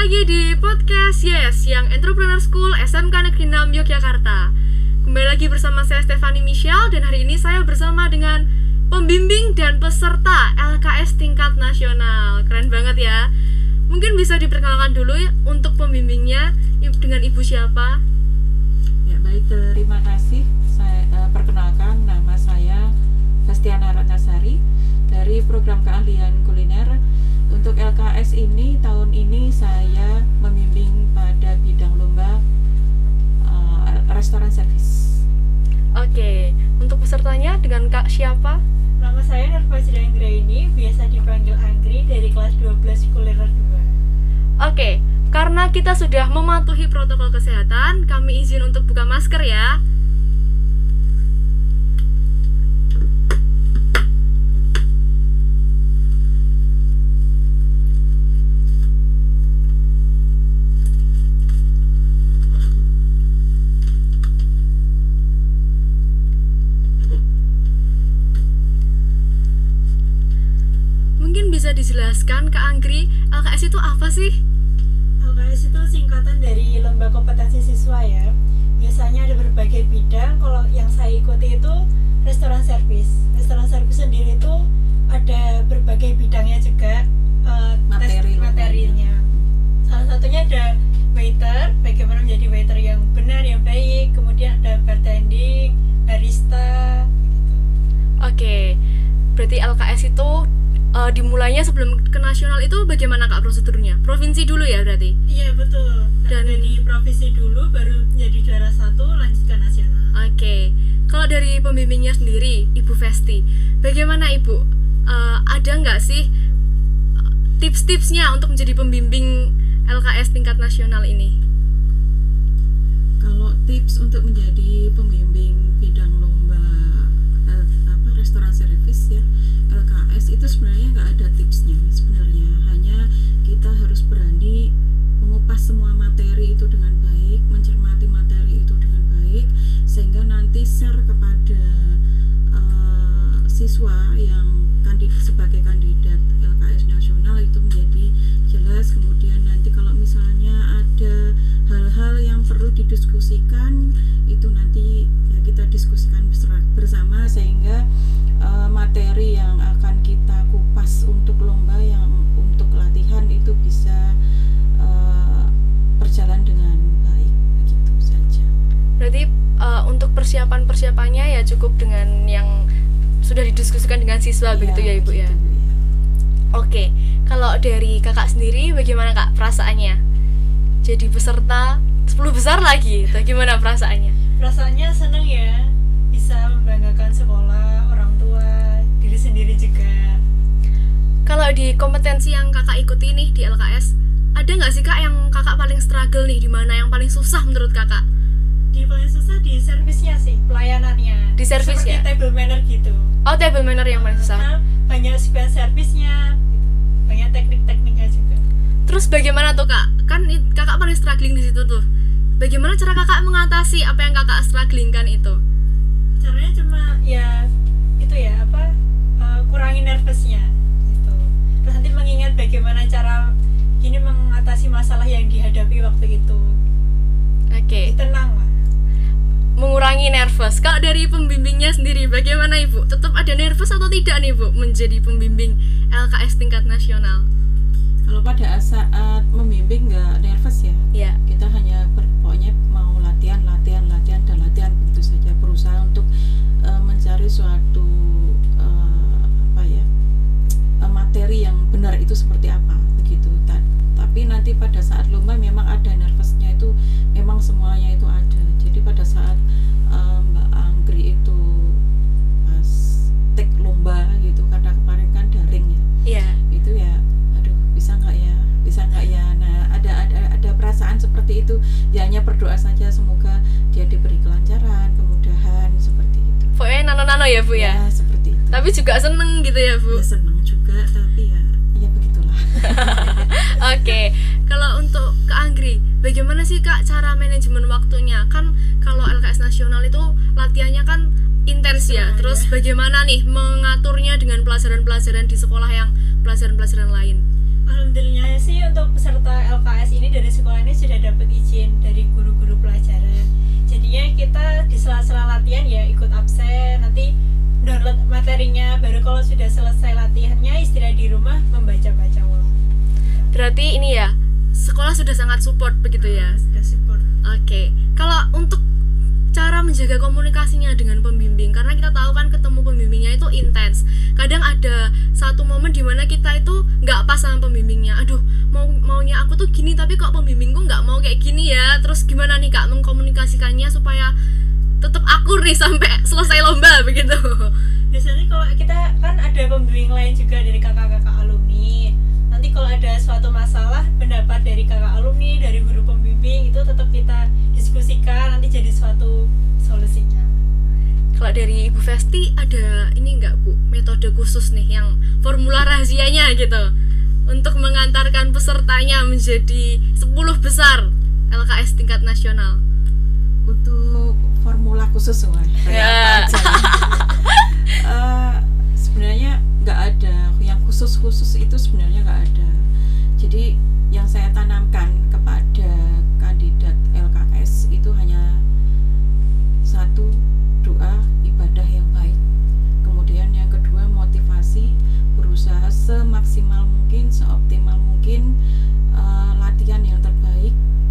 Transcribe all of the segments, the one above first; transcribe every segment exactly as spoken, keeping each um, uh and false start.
lagi di podcast Yes yang Entrepreneur School S M K Negeri enam Yogyakarta. Kembali lagi bersama saya Stephanie Michelle, dan hari ini saya bersama dengan pembimbing dan peserta L K S tingkat nasional. Keren banget ya. Mungkin bisa diperkenalkan dulu ya untuk pembimbingnya, dengan ibu siapa? Ya baik, terima kasih. Saya uh, perkenalkan, nama saya Bastiana Ratnasari dari program keahlian kuliner. Untuk L K S ini, tahun ini saya membimbing pada bidang lomba uh, restoran service. Oke, untuk pesertanya dengan Kak siapa? Nama saya Nurfazira Anggraini, biasa dipanggil Anggri, dari kelas dua belas kuliner dua. Oke, karena kita sudah mematuhi protokol kesehatan, kami izin untuk buka masker ya. Mungkin bisa dijelaskan Kak Anggri, L K S itu apa sih? L K S itu singkatan dari Lomba Kompetensi Siswa ya. Biasanya ada berbagai bidang. Kalau yang saya ikuti itu restoran service. Restoran service sendiri itu ada berbagai bidangnya juga, uh, Materi tes materinya. Salah satunya ada waiter, bagaimana menjadi waiter yang benar, yang baik. Kemudian ada bartending, barista gitu. Oke, berarti L K S itu uh, dimulainya sebelum ke nasional itu bagaimana Kak prosedurnya? Provinsi dulu ya berarti? Iya betul. Dan ada di provinsi dulu, baru menjadi juara satu, lanjut ke nasional. Oke, kalau dari pembimbingnya sendiri, Ibu Vesti, bagaimana Ibu? Uh, ada nggak sih uh, tips-tipsnya untuk menjadi pembimbing L K S tingkat nasional ini? Kalau tips untuk menjadi pembimbing bidang lomba eh, apa restoran service ya, L K S itu sebenarnya nggak ada tipsnya. Sebenarnya hanya kita harus berani mengupas semua materi itu dengan baik, mencermati materi itu dengan baik, sehingga nanti share kepada uh, siswa yang kandidat sebagai kandidat L K S nasional itu menjadi jelas. Kemudian nanti kalau misalnya ada hal-hal yang perlu didiskusikan, itu nanti ya kita diskusikan bersama, sehingga uh, materi yang akan kita kupas untuk lomba, yang untuk latihan itu bisa uh, berjalan dengan baik, begitu saja. Berarti uh, untuk persiapan-persiapannya ya cukup dengan yang sudah didiskusikan dengan siswa, Ya, begitu ya Ibu begitu, ya? ya. Oke, kalau dari kakak sendiri bagaimana Kak perasaannya? Jadi peserta sepuluh besar lagi, itu gimana perasaannya? Perasaannya seneng ya, bisa membanggakan sekolah, orang tua, diri sendiri juga. Kalau di kompetensi yang kakak ikuti nih di L K S, ada nggak sih Kak yang kakak paling struggle nih, di mana yang paling susah menurut kakak? Di paling susah di servisnya sih, pelayanannya. Di servis seperti ya? table manner gitu. Oh, table manner yang paling susah. Karena banyak sequence servisnya, gitu. Banyak teknik-tekniknya juga. Terus bagaimana tuh Kak? Kan i- kakak paling struggling di situ tuh. Bagaimana cara kakak mengatasi apa yang kakak strugglingkan itu? Caranya cuma ya itu ya apa uh, kurangi nervousnya gitu. Terus nanti mengingat bagaimana cara gini mengatasi masalah yang dihadapi waktu itu. Oke, Tenang lah. mengurangi nervous. Kalau dari pembimbingnya sendiri bagaimana Ibu? Tetap ada nervous atau tidak nih Bu menjadi pembimbing L K S tingkat nasional? Kalau pada saat membimbing nggak nervous ya, Ya. kita hanya ber, pokoknya mau latihan, latihan, latihan, dan latihan, begitu saja. Berusaha untuk uh, mencari suatu uh, apa ya uh, materi yang benar itu seperti apa, begitu. Ta- tapi nanti pada saat lomba memang ada nervousnya, itu memang semuanya itu ada. Jadi pada saat uh, Mbak Anggri itu pas take lomba gitu, karena kemarin kan daring ya, Iya. itu ya aduh bisa nggak ya bisa nggak ya nah ada ada ada perasaan seperti itu ya. Hanya berdoa saja semoga dia diberi kelancaran, kemudahan, seperti itu Pokoknya nano-nano ya Bu ya? seperti itu. Tapi juga seneng gitu ya Bu? Ya senang juga, tapi ya ya begitulah. Oke, kalau untuk Kak Anggri, bagaimana sih Kak cara manajemen waktunya? Kan kalau L K S nasional itu latihannya kan intens ya. Nah, Terus ya. bagaimana nih mengaturnya dengan pelajaran-pelajaran di sekolah yang pelajaran-pelajaran lain? Alhamdulillah sih untuk peserta L K S ini dari sekolah ini sudah dapat izin dari guru-guru pelajaran. Jadinya kita di sela-sela latihan ya ikut absen, nanti download materinya, baru kalau sudah selesai latihannya istirahat di rumah membaca-baca ulang. Berarti ini ya, sekolah sudah sangat support begitu ya? Sudah support. Oke, kalau untuk cara menjaga komunikasinya dengan pembimbing, karena kita tahu kan ketemu pembimbingnya itu intens. Kadang ada satu momen dimana kita itu nggak pas sama pembimbingnya. Aduh, mau maunya aku tuh gini, tapi kok pembimbingku nggak mau kayak gini ya. Terus gimana nih Kak mengkomunikasikannya supaya tetap akur nih sampai selesai lomba begitu? Biasanya kalau kita kan ada pembimbing lain juga dari kakak-kakak alumni. Nanti kalau ada suatu masalah, pendapat dari kakak alumni, dari guru pembimbing itu tetap kita diskusikan, nanti jadi suatu solusinya. Kalau dari Ibu Festi ada ini enggak Bu, metode khusus nih yang formula rahasianya gitu untuk mengantarkan pesertanya menjadi sepuluh besar L K S tingkat nasional? Untuk formula khusus semua Ya. uh, sebenarnya nggak ada yang khusus-khusus itu, sebenarnya nggak ada. Jadi yang saya tanamkan kepada kandidat L K S itu hanya satu, doa, ibadah yang baik. Kemudian yang kedua, motivasi, berusaha semaksimal mungkin, seoptimal mungkin, uh, latihan yang terbaik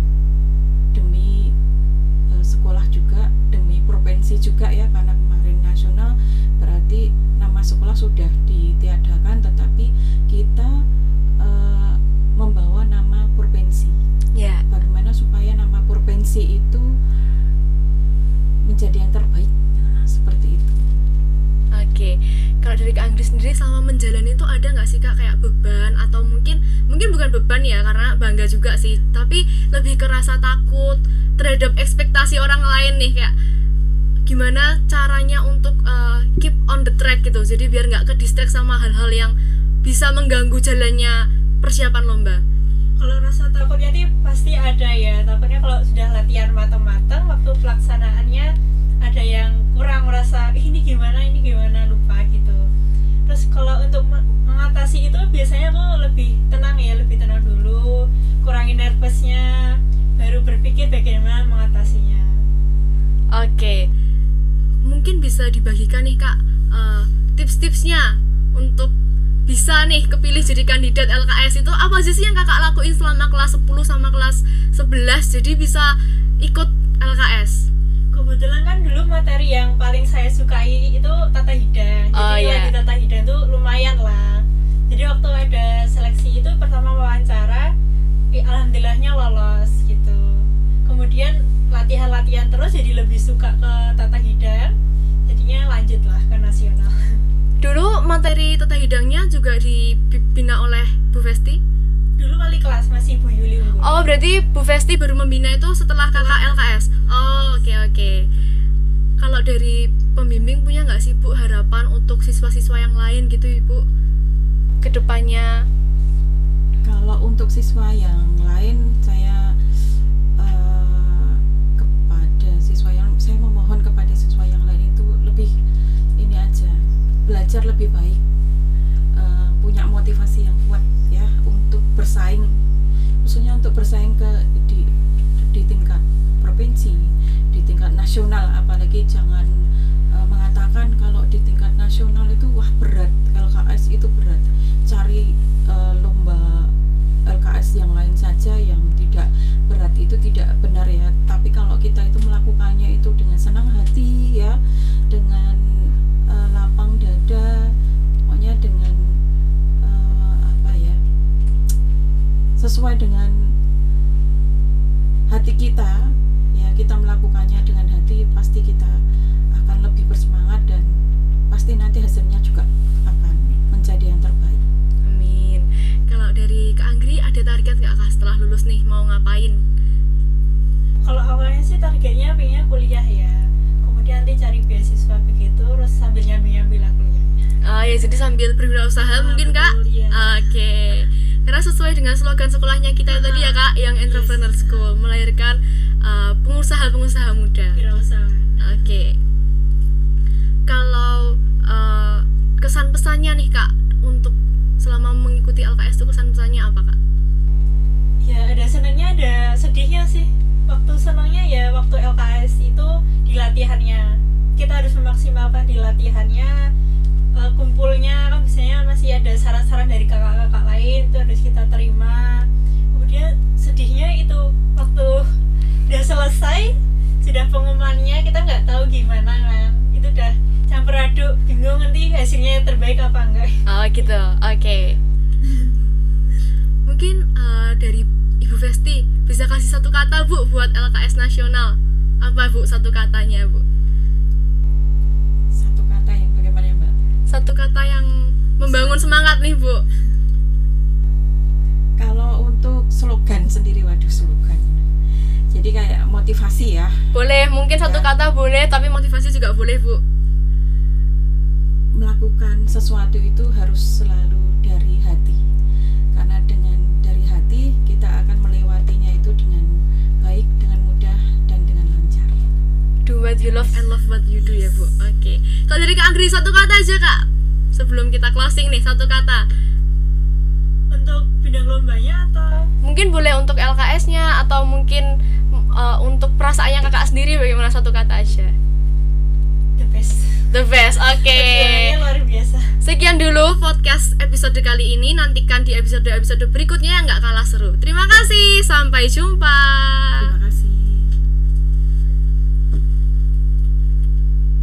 demi uh, sekolah juga, demi provinsi juga ya, karena kemarin nasional berarti nama sekolah sudah ditiadakan, tetapi kita uh, membawa nama provinsi. Ya. Bagaimana supaya nama provinsi itu menjadi yang terbaik, nah, seperti itu. Oke, kalau dari Kak Anggri sendiri selama menjalani itu ada nggak sih Kak kayak beban atau mungkin mungkin bukan beban ya karena bangga juga sih, tapi lebih ke rasa takut terhadap ekspektasi orang lain nih, kayak gimana caranya untuk uh, keep on the track gitu, jadi biar nggak ke distract sama hal-hal yang bisa mengganggu jalannya persiapan lomba. Kalau rasa takutnya sih pasti ada ya, takutnya kalau sudah latihan matang-matang waktu pelaksanaannya ada yang kurang, merasa ini gimana ini gimana lupa gitu. Terus kalau untuk mengatasi itu biasanya aku lebih tenang ya, lebih tenang dulu, kurangi nervousnya, baru berpikir bagaimana mengatasinya. Oke, mungkin bisa dibagikan nih Kak uh, tips-tipsnya untuk bisa nih kepilih jadi kandidat L K S itu apa aja sih yang Kakak lakuin selama kelas sepuluh sama kelas sebelas jadi bisa ikut L K S? Kebetulan kan dulu materi yang paling saya sukai itu tata hidang. Jadi Oh, iya. lagi tata hidang tuh lumayan lah. Jadi waktu ada seleksi itu pertama wawancara, eh, alhamdulillahnya lolos gitu. Kemudian latihan-latihan terus jadi lebih suka ke tata hidang. Jadinya lanjut lah ke nasional. Dulu materi tata hidangnya juga dibina oleh Bu Festi? Dulu wali kelas masih Bu Yuli unggul. Oh, berarti Bu Festi baru membina itu setelah Kakak L K S. Oh, oke oke. Kalau dari pembimbing punya nggak sih Bu harapan untuk siswa-siswa yang lain gitu Ibu kedepannya? Kalau untuk siswa yang lain, saya uh, kepada siswa yang saya memohon kepada siswa yang lain itu lebih ini aja, belajar lebih baik, uh, punya motivasi yang kuat ya untuk bersaing, khususnya untuk bersaing ke di, di tingkat provinsi, di tingkat nasional. Apalagi jangan uh, mengatakan kalau di tingkat nasional itu wah berat, L K S itu berat, cari uh, lomba L K S yang lain saja yang tidak berat, itu tidak benar ya. Tapi kalau kita itu melakukannya itu dengan senang hati ya, dengan uh, lapang dada, pokoknya dengan uh, apa ya, sesuai dengan hati kita ya, kita melakukannya dengan hati, pasti kita akan lebih bersemangat dan pasti nanti hasilnya juga akan menjadi yang terbaik. Amin. Kalau dari Kak Anggri ada target nggak Kak setelah lulus nih mau ngapain? Kalau awalnya sih targetnya pengennya kuliah ya, kemudian nanti cari beasiswa begitu, terus sambil nyambil-nyambil lah kuliahnya. Ah ya, jadi sambil berwirausaha Ah, mungkin betul, Kak. iya. Oke. Karena sesuai dengan slogan sekolahnya kita Ah, tadi ya Kak, yang Entrepreneur yes. School, melahirkan uh, pengusaha-pengusaha muda. Wirausaha. Oke. Kalau uh, kesan pesannya nih Kak untuk selama mengikuti L K S itu kesan-pesannya apa Kak? Ya ada senangnya ada sedihnya sih. Waktu senangnya ya waktu L K S itu di latihannya kita harus memaksimalkan di latihannya, e, kumpulnya kan biasanya masih ada saran-saran dari kakak-kakak lain itu harus kita terima. Kemudian sedihnya itu waktu udah selesai sudah pengumumannya kita nggak tahu gimana kan, itu udah campur aduk, bingung nanti hasilnya yang terbaik apa enggak. Oh gitu, oke. Okay. Mungkin uh, dari Ibu Vesti bisa kasih satu kata Bu buat L K S nasional. Apa Bu satu katanya Bu? Satu kata yang bagaimana Mbak? Satu kata yang membangun semangat nih Bu. Kalau untuk slogan sendiri, waduh slogan. Jadi kayak motivasi ya. Boleh, mungkin satu ya. kata boleh, tapi motivasi juga boleh Bu. Melakukan sesuatu itu harus selalu dari hati. Karena dengan dari hati kita akan melewatinya itu dengan baik, dengan mudah, dan dengan lancar. Do what you love and love what you do ya Bu. Oke. Okay. Kalau dari Kak Anggri satu kata aja Kak. Sebelum kita closing nih, satu kata. Untuk bidang lombanya atau? Mungkin boleh untuk L K S-nya atau mungkin uh, untuk perasaannya Kakak sendiri bagaimana, satu kata aja. The best. The best, oke. Okay. Luar biasa. Sekian dulu podcast episode kali ini. Nantikan di episode-episode berikutnya yang gak kalah seru. Terima kasih, sampai jumpa. Terima kasih.